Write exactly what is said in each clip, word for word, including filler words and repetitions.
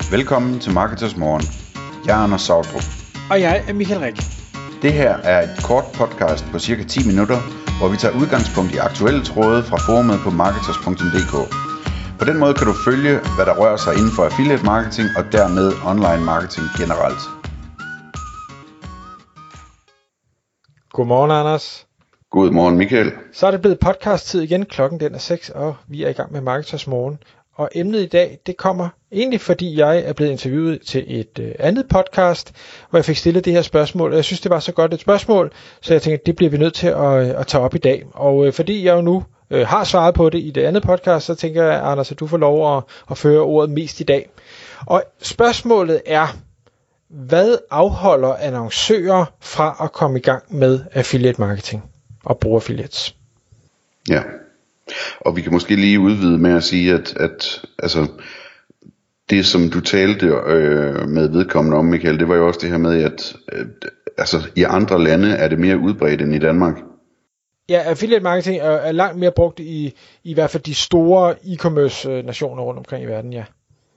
Velkommen til Marketers Morgen. Jeg er Anders Sautrup. Og jeg er Michael Rik. Det her er et kort podcast på cirka ti minutter, hvor vi tager udgangspunkt i aktuelle tråde fra forumet på marketers punktum d k. På den måde kan du følge, hvad der rører sig inden for affiliate marketing og dermed online marketing generelt. Godmorgen, Anders. Godmorgen, Michael. Så er det blevet podcast-tid igen. Klokken den er seks, og vi er i gang med Marketers Morgen. Og emnet i dag, det kommer egentlig fordi jeg er blevet interviewet til et øh, andet podcast, hvor jeg fik stillet det her spørgsmål. Og jeg synes, det var så godt et spørgsmål, så jeg tænkte, det bliver vi nødt til at, at tage op i dag. Og øh, fordi jeg jo nu øh, har svaret på det i det andet podcast, så tænker jeg, Anders, at du får lov at, at føre ordet mest i dag. Og spørgsmålet er, hvad afholder annoncører fra at komme i gang med affiliate marketing og bruge affiliates? Ja, og vi kan måske lige udvide med at sige, at, at altså, det som du talte øh, med vedkommende om, Michael, det var jo også det her med, at, at altså, i andre lande er det mere udbredt end i Danmark. Ja, affiliate marketing er, er langt mere brugt i, i hvert fald de store e-commerce nationer rundt omkring i verden, ja.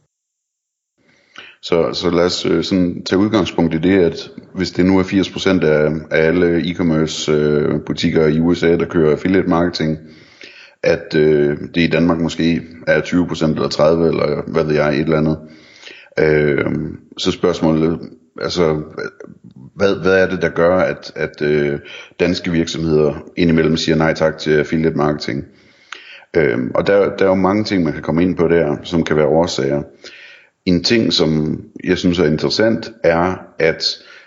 Så, så lad os øh, sådan tage udgangspunkt i det, at hvis det nu er firs procent af, af alle e-commerce øh, butikker i U S A, der kører affiliate marketing, at øh, det i Danmark måske er tyve procent eller tredive eller hvad ved jeg, et eller andet. Øh, så spørgsmålet, altså hvad, hvad er det der gør, at, at øh, danske virksomheder indimellem siger nej tak til affiliate marketing? Øh, og der, der er jo mange ting, man kan komme ind på der, som kan være årsager. En ting, som jeg synes er interessant, er, at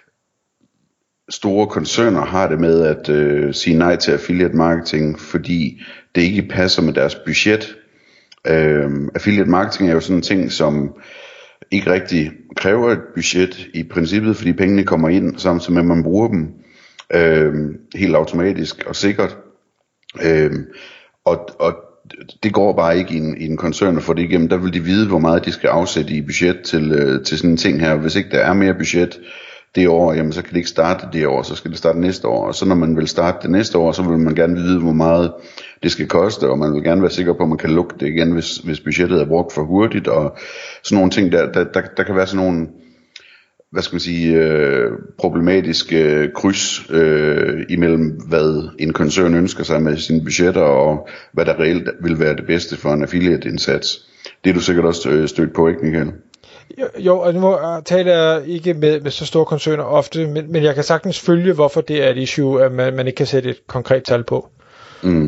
store koncerner har det med at øh, sige nej til affiliate marketing, fordi det ikke passer med deres budget. Øh, affiliate marketing er jo sådan en ting, som ikke rigtig kræver et budget i princippet, fordi pengene kommer ind samtidig med, at man bruger dem øh, helt automatisk og sikkert. Øh, og, og det går bare ikke i en, i en koncern at få det igennem. Der vil de vide, hvor meget de skal afsætte i budget til, øh, til sådan en ting her. Hvis ikke der er mere budget det år, jamen så kan det ikke starte det år, så skal det starte næste år. Og så når man vil starte det næste år, så vil man gerne vide, hvor meget det skal koste, og man vil gerne være sikker på, at man kan lukke det igen, hvis, hvis budgettet er brugt for hurtigt, og sådan nogle ting, der, der, der, der kan være sådan nogle, hvad skal man sige, øh, problematiske øh, kryds øh, imellem, hvad en koncern ønsker sig med sine budgetter, og hvad der reelt vil være det bedste for en affiliate-indsats. Det er du sikkert også øh, stødt på, ikke Michael? Jo, jo, og nu taler jeg ikke med, med så store koncerner ofte, men, men jeg kan sagtens følge, hvorfor det er et issue, at man, man ikke kan sætte et konkret tal på. Mm.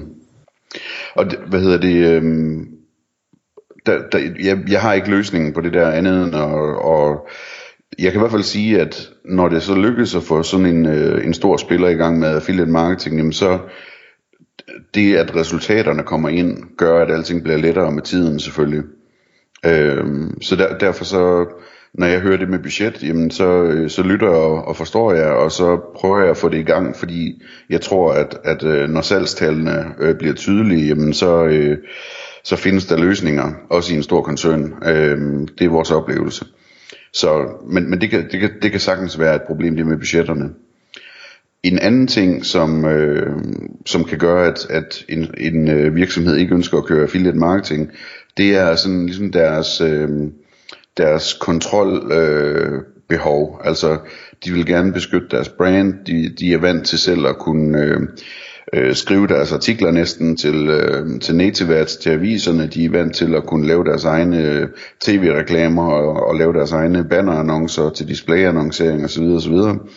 Og det, hvad hedder det? Øhm, der, der, jeg, jeg har ikke løsningen på det der andet, end og, og jeg kan i hvert fald sige, at når det så lykkes at få sådan en, øh, en stor spiller i gang med affiliate marketing, jamen så det, at resultaterne kommer ind, gør, at alting bliver lettere med tiden selvfølgelig. Øhm, så der, derfor så, når jeg hører det med budget, jamen så, øh, så lytter jeg og, og forstår jeg, og så prøver jeg at få det i gang, fordi jeg tror, at, at øh, når salgstallene øh, bliver tydelige, jamen så, øh, så findes der løsninger, også i en stor koncern. Øhm, det er vores oplevelse. Så, men men det, kan, det, kan, det kan sagtens være et problem, det med budgetterne. En anden ting, som, øh, som kan gøre, at, at en, en øh, virksomhed ikke ønsker at køre affiliate marketing, det er sådan ligesom deres, øh, deres kontrolbehov. Øh, behov. Altså, de vil gerne beskytte deres brand, de, de er vant til selv at kunne øh, øh, skrive deres artikler næsten til, øh, til native ads, til aviserne, de er vant til at kunne lave deres egne tv-reklamer og, og lave deres egne bannerannoncer til displayannoncering osv. osv.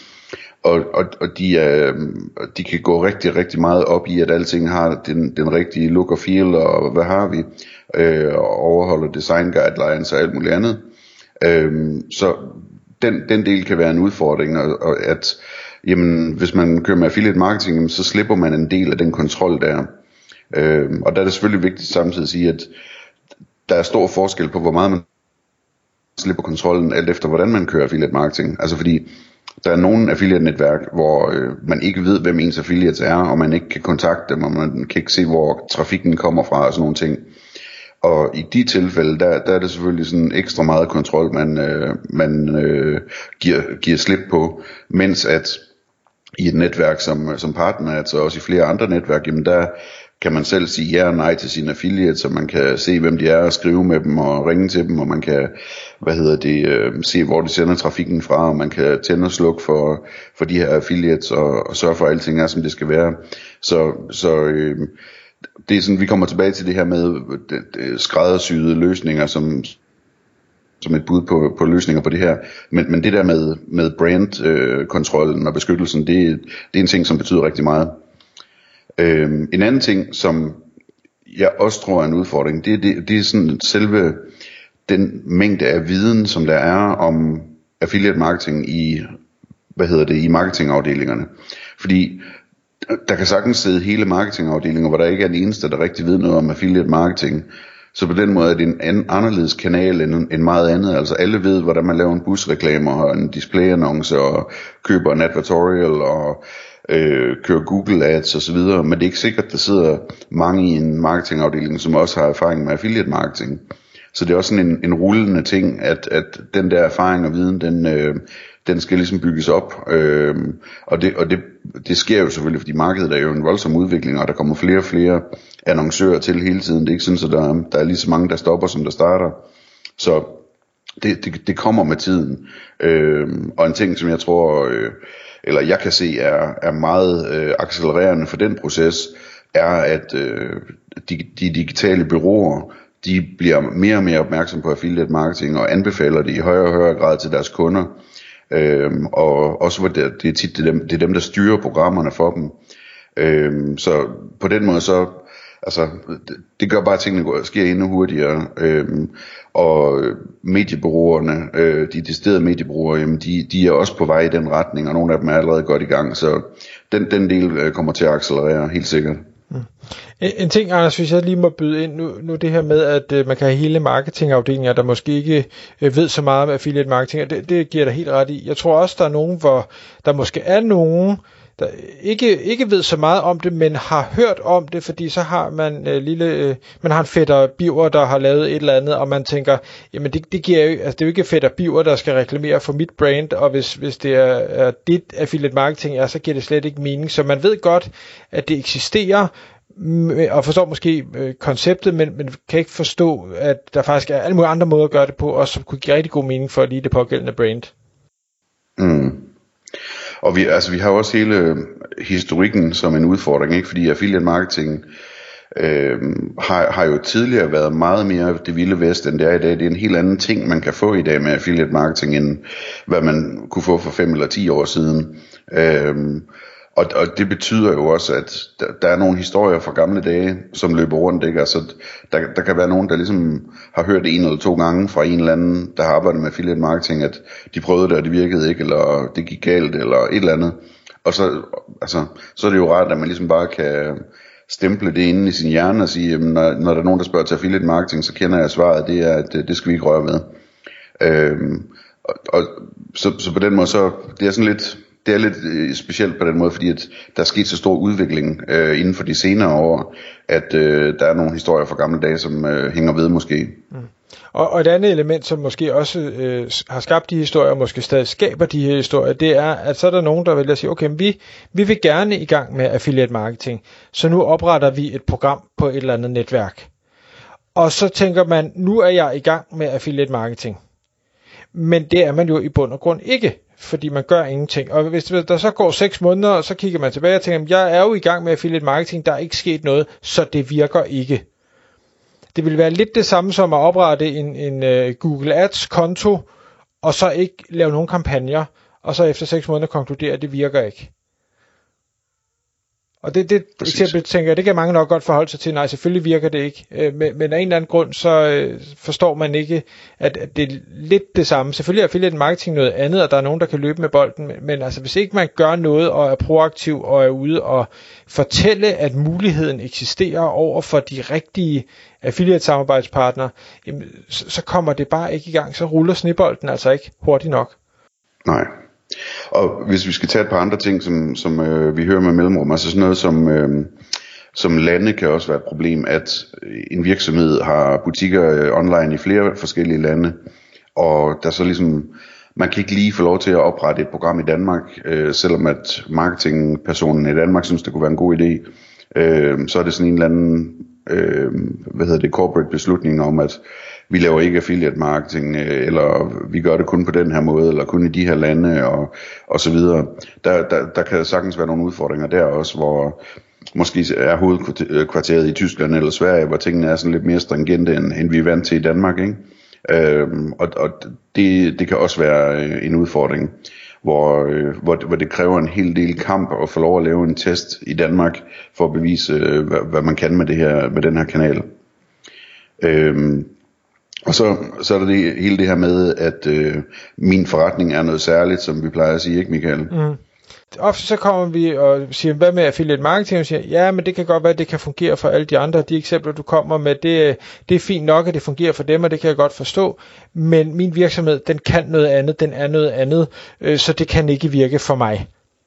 Og, og, og de, er, de kan gå rigtig, rigtig meget op i, at alting har den, den rigtige look og feel, og hvad har vi, øh, og overholder design guidelines og alt muligt andet. Øh, så den, den del kan være en udfordring, og, og at jamen, hvis man kører med affiliate marketing, jamen, så slipper man en del af den kontrol der. Øh, og der er det selvfølgelig vigtigt samtidig at sige, at der er stor forskel på, hvor meget man slipper kontrollen, alt efter hvordan man kører affiliate marketing. Altså fordi der er nogle affiliate-netværk, hvor øh, man ikke ved, hvem ens affiliates er, og man ikke kan kontakte dem, og man kan ikke se, hvor trafikken kommer fra og sådan nogle ting. Og i de tilfælde, der, der er det selvfølgelig sådan ekstra meget kontrol, man, øh, man øh, giver, giver slip på, mens at i et netværk som, som partner, altså også i flere andre netværk, jamen der, kan man selv sige ja og nej til sine affiliates, så man kan se, hvem de er, og skrive med dem og ringe til dem, og man kan, hvad hedder det, øh, se, hvor de sender trafikken fra, og man kan tænde og slukke for, for de her affiliates, og, og sørge for, at alting er, som det skal være. Så, så øh, det er sådan, vi kommer tilbage til det her med det, det, skræddersyede løsninger, som som et bud på, på løsninger på det her. Men, men det der med, med brand-kontrollen øh, og beskyttelsen, det, det er en ting, som betyder rigtig meget. Øh, en anden ting, som jeg også tror er en udfordring, det, det, det er sådan selve den mængde af viden, som der er om affiliate marketing i, hvad hedder det, i marketingafdelingerne. Fordi der kan sagtens sidde hele marketingafdelinger, hvor der ikke er den eneste, der rigtig ved noget om affiliate marketing. Så på den måde er det en anden, anderledes kanal end, end meget andet. Altså alle ved, hvordan man laver en busreklame og en displayannonce og køber en advertorial og øh, kører Google Ads osv. Men det er ikke sikkert, at der sidder mange i en marketingafdeling, som også har erfaring med affiliate marketing. Så det er også sådan en, en rullende ting, at, at den der erfaring og viden, den, øh, den skal ligesom bygges op. Øh, og det, og det, det sker jo selvfølgelig, fordi markedet er jo en voldsom udvikling, og der kommer flere og flere annoncører til hele tiden. Det er ikke sådan, at der, der er lige så mange, der stopper, som der starter. Så det, det, det kommer med tiden. Øh, og en ting, som jeg tror, øh, eller jeg kan se, er, er meget øh, accelererende for den proces, er, at øh, de, de digitale bureauer, de bliver mere og mere opmærksomme på affiliate marketing og anbefaler det i højere og højere grad til deres kunder. Øhm, og også hvor det, det er tit det er, dem, det er dem, der styrer programmerne for dem. Øhm, så på den måde så, altså, det, det gør bare, at tingene går, sker endnu hurtigere. Øhm, og mediebureauerne, øh, de deciderede mediebureauer, jamen, de, de er også på vej i den retning, og nogle af dem er allerede godt i gang. Så den, den del øh, kommer til at accelerere, helt sikkert. Mm. En, en ting, Anders, hvis jeg lige må byde ind nu, nu det her med, at øh, man kan have hele marketingafdelinger, der måske ikke øh, ved så meget om affiliate marketing, og det, det giver dig helt ret i. Jeg tror også, der er nogen, hvor der måske er nogen, der ikke, ikke ved så meget om det, men har hørt om det, fordi så har man øh, lille, øh, man har en fætter Biver, der har lavet et eller andet, og man tænker, jamen det, det giver jo, altså det er jo ikke fætter Biver, der skal reklamere for mit brand, og hvis, hvis det er, er dit affiliate marketing er, så giver det slet ikke mening. Så man ved godt, at det eksisterer, og forstår måske øh, konceptet, men, men kan ikke forstå, at der faktisk er alle mulige andre måder at gøre det på, og som kunne give rigtig god mening for lige det pågældende brand. Mm. Og vi, altså, vi har også hele historikken som en udfordring, ikke? Fordi affiliate marketing øh, har, har jo tidligere været meget mere det vilde vest, end det er i dag. Det er en helt anden ting, man kan få i dag med affiliate marketing, end hvad man kunne få for fem eller ti år siden. Øh, Og, og det betyder jo også, at der, der er nogle historier fra gamle dage, som løber rundt, ikke? Altså, der, der kan være nogen, der ligesom har hørt det en eller to gange fra en eller anden, der har arbejdet med affiliate marketing, at de prøvede det, og det virkede ikke, eller det gik galt, eller et eller andet. Og så, altså, så er det jo rart, at man ligesom bare kan stemple det inde i sin hjerne og sige, jamen, når, når der er nogen, der spørger til affiliate marketing, så kender jeg svaret, det er, at det, det skal vi ikke røre ved. Øhm, og, og så, så på den måde, så det er sådan lidt... Det er lidt øh, specielt på den måde, fordi at der er sket så stor udvikling øh, inden for de senere år, at øh, der er nogle historier fra gamle dage, som øh, hænger ved måske. Mm. Og, og et andet element, som måske også øh, har skabt de historier, og måske stadig skaber de her historier, det er, at så er der nogen, der vælger at sige, okay, vi, vi vil gerne i gang med affiliate marketing, så nu opretter vi et program på et eller andet netværk. Og så tænker man, nu er jeg i gang med affiliate marketing. Men det er man jo i bund og grund ikke, fordi man gør ingenting. Og hvis der så går seks måneder, og så kigger man tilbage og tænker, jeg er jo i gang med affiliate marketing, der er ikke sket noget, så det virker ikke. Det vil være lidt det samme som at oprette en, en uh, Google Ads konto, og så ikke lave nogen kampagner, og så efter seks måneder konkludere, at det virker ikke. Og det, det eksempel tænker jeg, det kan mange nok godt forholde sig til. Nej, selvfølgelig virker det ikke. Øh, men, men af en eller anden grund, så øh, forstår man ikke, at, at det er lidt det samme. Selvfølgelig er affiliate marketing noget andet, og der er nogen, der kan løbe med bolden. Men, men altså, hvis ikke man gør noget og er proaktiv og er ude og fortælle, at muligheden eksisterer over for de rigtige affiliate-samarbejdspartnere, jamen, så, så kommer det bare ikke i gang. Så ruller snebolden altså ikke hurtigt nok. Nej. Og hvis vi skal tage et par andre ting, som, som øh, vi hører med mellemrum, altså sådan noget som, øh, som lande kan også være et problem, at en virksomhed har butikker øh, online i flere forskellige lande, og der så ligesom, man kan ikke lige få lov til at oprette et program i Danmark, øh, selvom at marketingpersonen i Danmark synes, det kunne være en god idé. øh, så er det sådan en eller anden, øh, hvad hedder det, corporate beslutning om, at vi laver ikke affiliate marketing, øh, eller vi gør det kun på den her måde, eller kun i de her lande, og, og så videre. Der, der, der kan sagtens være nogle udfordringer der også, hvor måske er hovedkvarteret i Tyskland eller Sverige, hvor tingene er sådan lidt mere stringente, end, end vi er vant til i Danmark, ikke? Øhm, og og det, det kan også være en udfordring, hvor, øh, hvor, hvor det kræver en hel del kamp at få lov at lave en test i Danmark, for at bevise, øh, hvad, hvad man kan med, det her, med den her kanal. Øhm, og så, så er der det, hele det her med, at øh, min forretning er noget særligt, som vi plejer at sige, ikke Michael? Mm. Ofte så kommer vi og siger, hvad med affiliate marketing? Og siger, ja, men det kan godt være, at det kan fungere for alle de andre. De eksempler, du kommer med, det, det er fint nok, at det fungerer for dem, og det kan jeg godt forstå. Men min virksomhed, den kan noget andet, den er noget andet, øh, så det kan ikke virke for mig.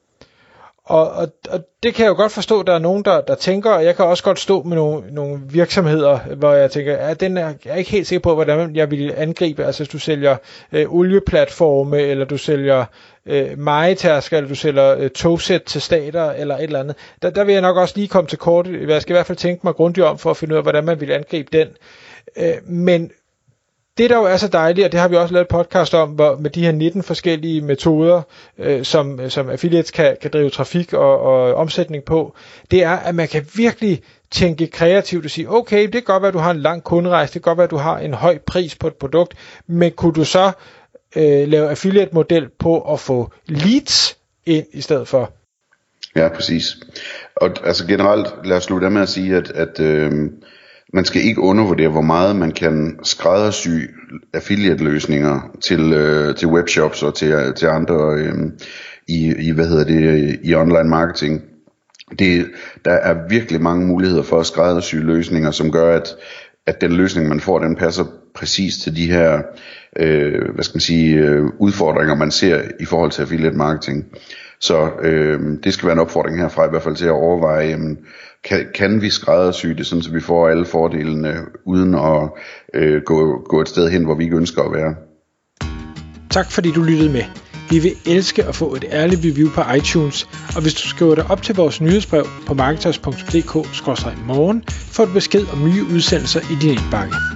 Og, og, og det kan jeg jo godt forstå, at der er nogen, der, der tænker, og jeg kan også godt stå med nogle, nogle virksomheder, hvor jeg tænker, ja, den er, jeg er ikke helt sikker på, hvordan jeg vil angribe. Altså, hvis du sælger øh, olieplatforme, eller du sælger øh, majetasker, eller du sælger øh, togsæt til stater, eller et eller andet. Der, der vil jeg nok også lige komme til kort. Jeg skal i hvert fald tænke mig grundigt om, for at finde ud af, hvordan man vil angribe den. Øh, men det der jo er så dejligt, og det har vi også lavet et podcast om, hvor med de her nitten forskellige metoder, øh, som, som affiliates kan, kan drive trafik og, og omsætning på, det er, at man kan virkelig tænke kreativt og sige, okay, det kan godt være, at du har en lang kunderejse, det kan godt være, at du har en høj pris på et produkt, men kunne du så øh, lave affiliate-model på at få leads ind i stedet for? Ja, præcis. Og altså generelt, lad os slutte af med at sige, at, at øh, man skal ikke undervurdere, hvor meget man kan skræddersy affiliate-løsninger til, øh, til webshops og til, til andre øh, i, i, hvad hedder det, i online marketing. Det, der er virkelig mange muligheder for at skræddersy løsninger, som gør, at, at den løsning, man får, den passer præcis til de her øh, hvad skal man sige, øh, udfordringer, man ser i forhold til affiliate marketing. Så øh, det skal være en opfordring herfra i hvert fald til at overveje, jamen, kan, kan vi skræddersy det, sådan, så vi får alle fordelene, uden at øh, gå, gå et sted hen, hvor vi ikke ønsker at være. Tak fordi du lyttede med. Vi vil elske at få et ærligt review på iTunes, og hvis du skriver dig op til vores nyhedsbrev på marketers punktum d k skråstreg morgen, får du besked om nye udsendelser i din indbakke.